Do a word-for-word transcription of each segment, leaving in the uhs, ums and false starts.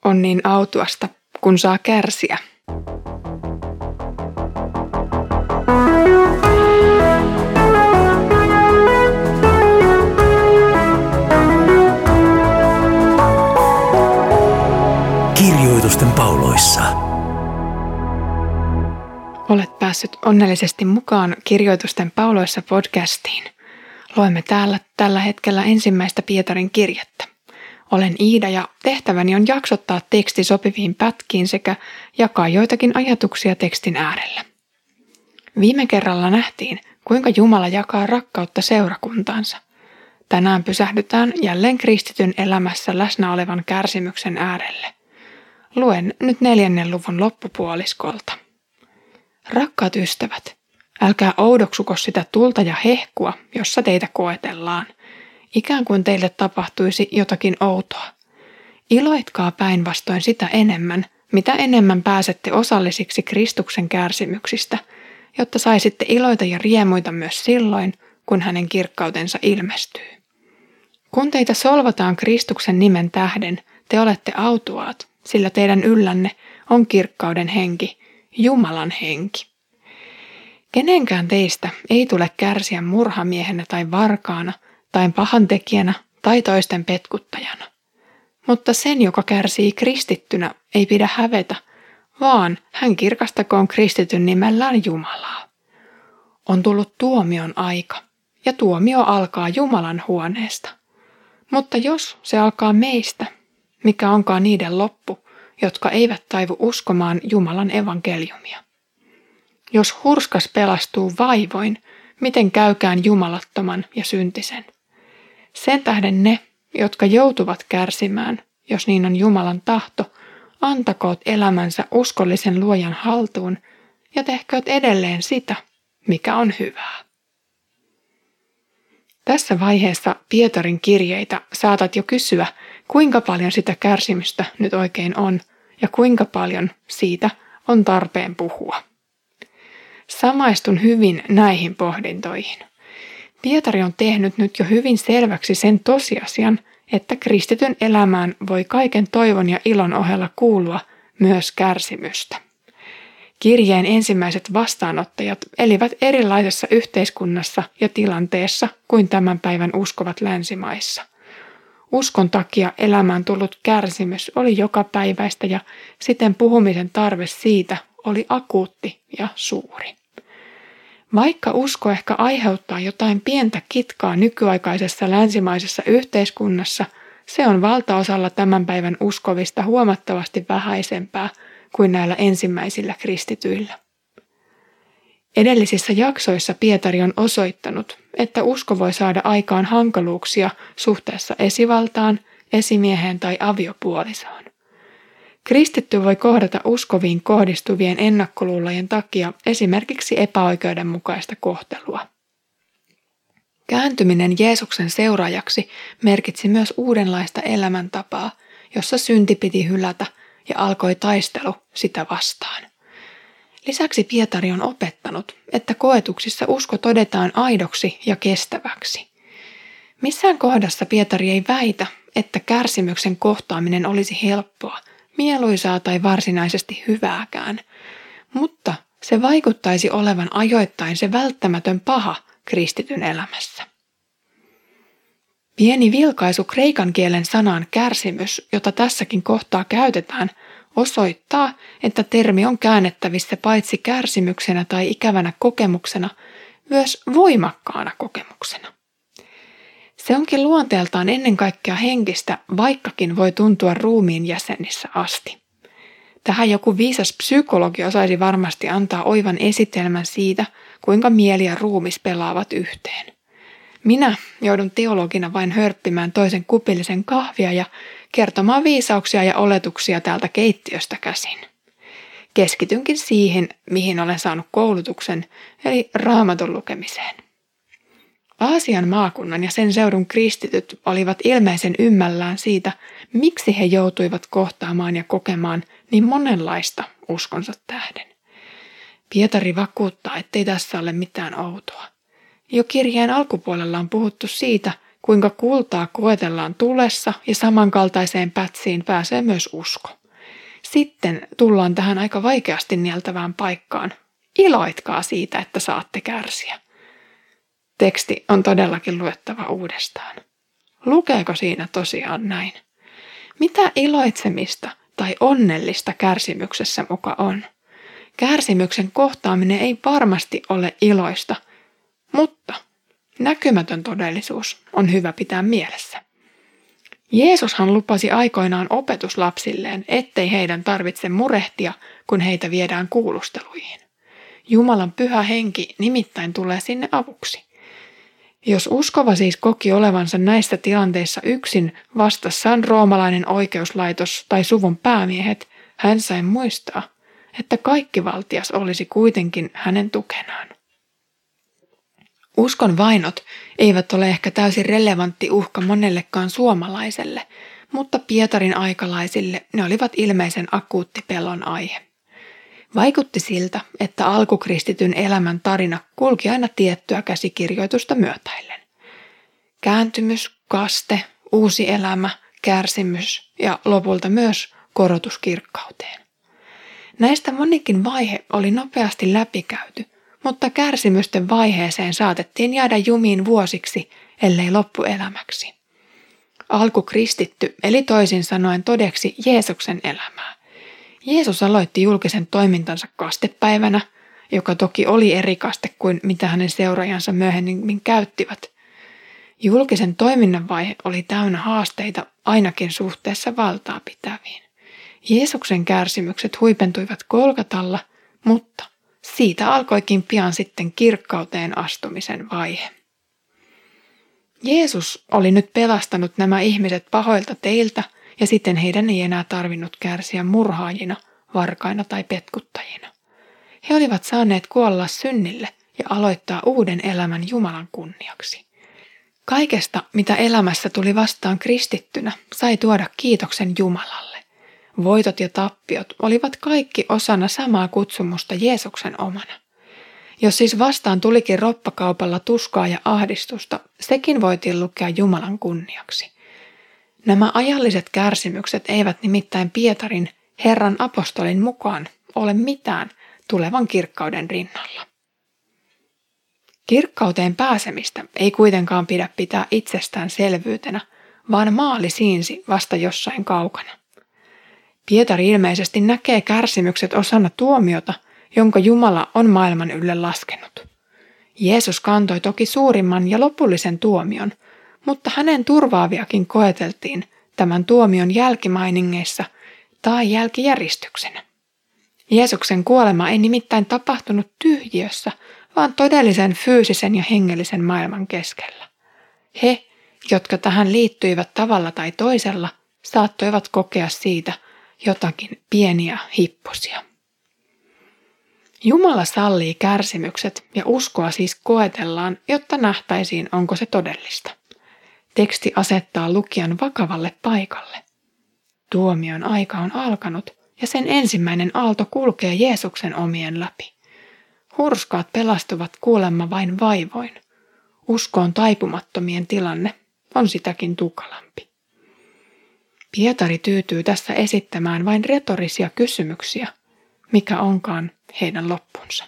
on niin autuasta, kun saa kärsiä. Kirjoitusten pauloissa. Olet päässyt onnellisesti mukaan Kirjoitusten pauloissa podcastiin. Luemme täällä tällä hetkellä ensimmäistä Pietarin kirjettä. Olen Iida ja tehtäväni on jaksottaa teksti sopiviin pätkiin sekä jakaa joitakin ajatuksia tekstin äärellä. Viime kerralla nähtiin, kuinka Jumala jakaa rakkautta seurakuntaansa. Tänään pysähdytään jälleen kristityn elämässä läsnä olevan kärsimyksen äärelle. Luen nyt neljännen luvun loppupuoliskolta. Rakkaat ystävät, älkää oudoksuko sitä tulta ja hehkua, jossa teitä koetellaan. Ikään kuin teille tapahtuisi jotakin outoa. Iloitkaa päinvastoin sitä enemmän, mitä enemmän pääsette osallisiksi Kristuksen kärsimyksistä, jotta saisitte iloita ja riemuita myös silloin, kun hänen kirkkautensa ilmestyy. Kun teitä solvataan Kristuksen nimen tähden, te olette autuaat, sillä teidän yllänne on kirkkauden henki, Jumalan henki. Kenenkään teistä ei tule kärsiä murhamiehenä tai varkaana, tai pahantekijänä tai toisten petkuttajana. Mutta sen, joka kärsii kristittynä, ei pidä hävetä, vaan hän kirkastakoon kristityn nimellään Jumalaa. On tullut tuomion aika, ja tuomio alkaa Jumalan huoneesta. Mutta jos se alkaa meistä, mikä onkaan niiden loppu, jotka eivät taivu uskomaan Jumalan evankeliumia? Jos hurskas pelastuu vaivoin, miten käykään jumalattoman ja syntisen? Sen tähden ne, jotka joutuvat kärsimään, jos niin on Jumalan tahto, antakoot elämänsä uskollisen luojan haltuun ja tehkööt edelleen sitä, mikä on hyvää. Tässä vaiheessa Pietarin kirjeitä saatat jo kysyä, kuinka paljon sitä kärsimystä nyt oikein on ja kuinka paljon siitä on tarpeen puhua. Samaistun hyvin näihin pohdintoihin. Pietari on tehnyt nyt jo hyvin selväksi sen tosiasian, että kristityn elämään voi kaiken toivon ja ilon ohella kuulua myös kärsimystä. Kirjeen ensimmäiset vastaanottajat elivät erilaisessa yhteiskunnassa ja tilanteessa kuin tämän päivän uskovat länsimaissa. Uskon takia elämään tullut kärsimys oli jokapäiväistä ja siten puhumisen tarve siitä oli akuutti ja suuri. Vaikka usko ehkä aiheuttaa jotain pientä kitkaa nykyaikaisessa länsimaisessa yhteiskunnassa, se on valtaosalla tämän päivän uskovista huomattavasti vähäisempää kuin näillä ensimmäisillä kristityillä. Edellisissä jaksoissa Pietari on osoittanut, että usko voi saada aikaan hankaluuksia suhteessa esivaltaan, esimieheen tai aviopuolisoon. Kristitty voi kohdata uskoviin kohdistuvien ennakkoluulojen takia esimerkiksi epäoikeudenmukaista kohtelua. Kääntyminen Jeesuksen seuraajaksi merkitsi myös uudenlaista elämäntapaa, jossa synti piti hylätä ja alkoi taistelu sitä vastaan. Lisäksi Pietari on opettanut, että koetuksissa usko todetaan aidoksi ja kestäväksi. Missään kohdassa Pietari ei väitä, että kärsimyksen kohtaaminen olisi helppoa, mieluisaa tai varsinaisesti hyvääkään, mutta se vaikuttaisi olevan ajoittain se välttämätön paha kristityn elämässä. Pieni vilkaisu kreikan kielen sanaan kärsimys, jota tässäkin kohtaa käytetään, osoittaa, että termi on käännettävissä paitsi kärsimyksenä tai ikävänä kokemuksena, myös voimakkaana kokemuksena. Se onkin luonteeltaan ennen kaikkea henkistä, vaikkakin voi tuntua ruumiin jäsenissä asti. Tähän joku viisas psykologi osaisi varmasti antaa oivan esitelmän siitä, kuinka mieli ja ruumis pelaavat yhteen. Minä joudun teologina vain hörppimään toisen kupillisen kahvia ja kertomaan viisauksia ja oletuksia täältä keittiöstä käsin. Keskitynkin siihen, mihin olen saanut koulutuksen, eli Raamatun lukemiseen. Aasian maakunnan ja sen seudun kristityt olivat ilmeisen ymmällään siitä, miksi he joutuivat kohtaamaan ja kokemaan niin monenlaista uskonsa tähden. Pietari vakuuttaa, ettei tässä ole mitään outoa. Jo kirjeen alkupuolella on puhuttu siitä, kuinka kultaa koetellaan tulessa ja samankaltaiseen pätsiin pääsee myös usko. Sitten tullaan tähän aika vaikeasti nieltävään paikkaan. Iloitkaa siitä, että saatte kärsiä. Teksti on todellakin luettava uudestaan. Lukeeko siinä tosiaan näin? Mitä iloitsemista tai onnellista kärsimyksessä muka on? Kärsimyksen kohtaaminen ei varmasti ole iloista, mutta näkymätön todellisuus on hyvä pitää mielessä. Jeesushan lupasi aikoinaan opetuslapsilleen, ettei heidän tarvitse murehtia, kun heitä viedään kuulusteluihin. Jumalan pyhä henki nimittäin tulee sinne avuksi. Jos uskova siis koki olevansa näissä tilanteissa yksin vastassaan roomalainen oikeuslaitos tai suvun päämiehet, hän sai muistaa, että kaikkivaltias olisi kuitenkin hänen tukenaan. Uskon vainot eivät ole ehkä täysin relevantti uhka monellekaan suomalaiselle, mutta Pietarin aikalaisille ne olivat ilmeisen akuutti pelon aihe. Vaikutti siltä, että alkukristityn elämän tarina kulki aina tiettyä käsikirjoitusta myötäillen. Kääntymys, kaste, uusi elämä, kärsimys ja lopulta myös korotus kirkkauteen. Näistä monikin vaihe oli nopeasti läpikäyty, mutta kärsimysten vaiheeseen saatettiin jäädä jumiin vuosiksi, ellei loppuelämäksi. Alkukristitty eli toisin sanoen todeksi Jeesuksen elämää. Jeesus aloitti julkisen toimintansa kastepäivänä, joka toki oli eri kaste kuin mitä hänen seuraajansa myöhemmin käyttivät. Julkisen toiminnan vaihe oli täynnä haasteita ainakin suhteessa valtaa pitäviin. Jeesuksen kärsimykset huipentuivat Golgatalla, mutta siitä alkoikin pian sitten kirkkauteen astumisen vaihe. Jeesus oli nyt pelastanut nämä ihmiset pahoilta teiltä ja sitten heidän ei enää tarvinnut kärsiä murhaajina, varkaina tai petkuttajina. He olivat saaneet kuolla synnille ja aloittaa uuden elämän Jumalan kunniaksi. Kaikesta, mitä elämässä tuli vastaan kristittynä, sai tuoda kiitoksen Jumalalle. Voitot ja tappiot olivat kaikki osana samaa kutsumusta Jeesuksen omana. Jos siis vastaan tulikin roppakaupalla tuskaa ja ahdistusta, sekin voitiin lukea Jumalan kunniaksi. Nämä ajalliset kärsimykset eivät nimittäin Pietarin, Herran apostolin mukaan, ole mitään tulevan kirkkauden rinnalla. Kirkkauteen pääsemistä ei kuitenkaan pidä pitää itsestäänselvyytenä, vaan maali siinsi vasta jossain kaukana. Pietari ilmeisesti näkee kärsimykset osana tuomiota, jonka Jumala on maailman ylle laskenut. Jeesus kantoi toki suurimman ja lopullisen tuomion, mutta hänen turvaaviakin koeteltiin tämän tuomion jälkimainingeissa tai jälkijäristyksenä. Jeesuksen kuolema ei nimittäin tapahtunut tyhjiössä, vaan todellisen fyysisen ja hengellisen maailman keskellä. He, jotka tähän liittyivät tavalla tai toisella, saattoivat kokea siitä jotakin pieniä hipposia. Jumala sallii kärsimykset ja uskoa siis koetellaan, jotta nähtäisiin, onko se todellista. Teksti asettaa lukijan vakavalle paikalle. Tuomion aika on alkanut ja sen ensimmäinen aalto kulkee Jeesuksen omien läpi. Hurskaat pelastuvat kuulemma vain vaivoin. Uskoon taipumattomien tilanne on sitäkin tukalampi. Pietari tyytyy tässä esittämään vain retorisia kysymyksiä, mikä onkaan heidän loppunsa.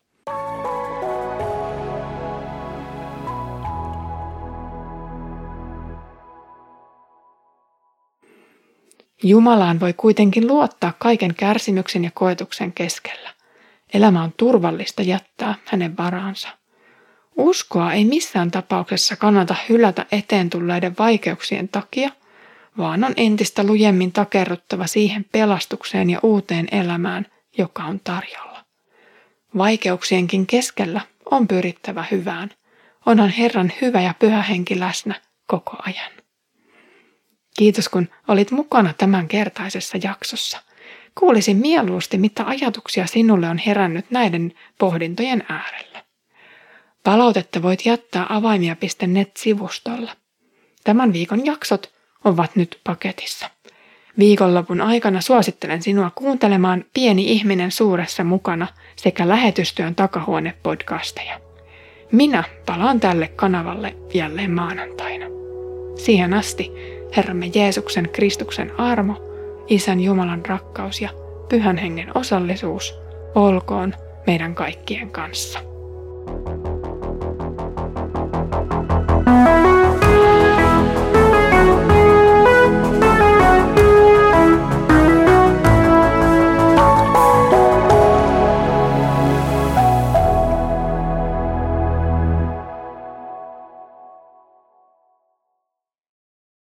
Jumalaan voi kuitenkin luottaa kaiken kärsimyksen ja koetuksen keskellä. Elämä on turvallista jättää hänen varaansa. Uskoa ei missään tapauksessa kannata hylätä eteen tulleiden vaikeuksien takia, vaan on entistä lujemmin takerruttava siihen pelastukseen ja uuteen elämään, joka on tarjolla. Vaikeuksienkin keskellä on pyrittävä hyvään. Onhan Herran hyvä ja pyhä henki läsnä koko ajan. Kiitos kun olit mukana tämänkertaisessa jaksossa. Kuulisin mieluusti, mitä ajatuksia sinulle on herännyt näiden pohdintojen äärellä. Palautetta voit jättää avaimia piste net-sivustolla. Tämän viikon jaksot ovat nyt paketissa. Viikonlopun aikana suosittelen sinua kuuntelemaan Pieni ihminen suuressa mukana sekä Lähetystyön takahuone-podcasteja. Minä palaan tälle kanavalle jälleen maanantaina. Siihen asti Herramme Jeesuksen Kristuksen armo, Isän Jumalan rakkaus ja Pyhän Hengen osallisuus olkoon meidän kaikkien kanssa.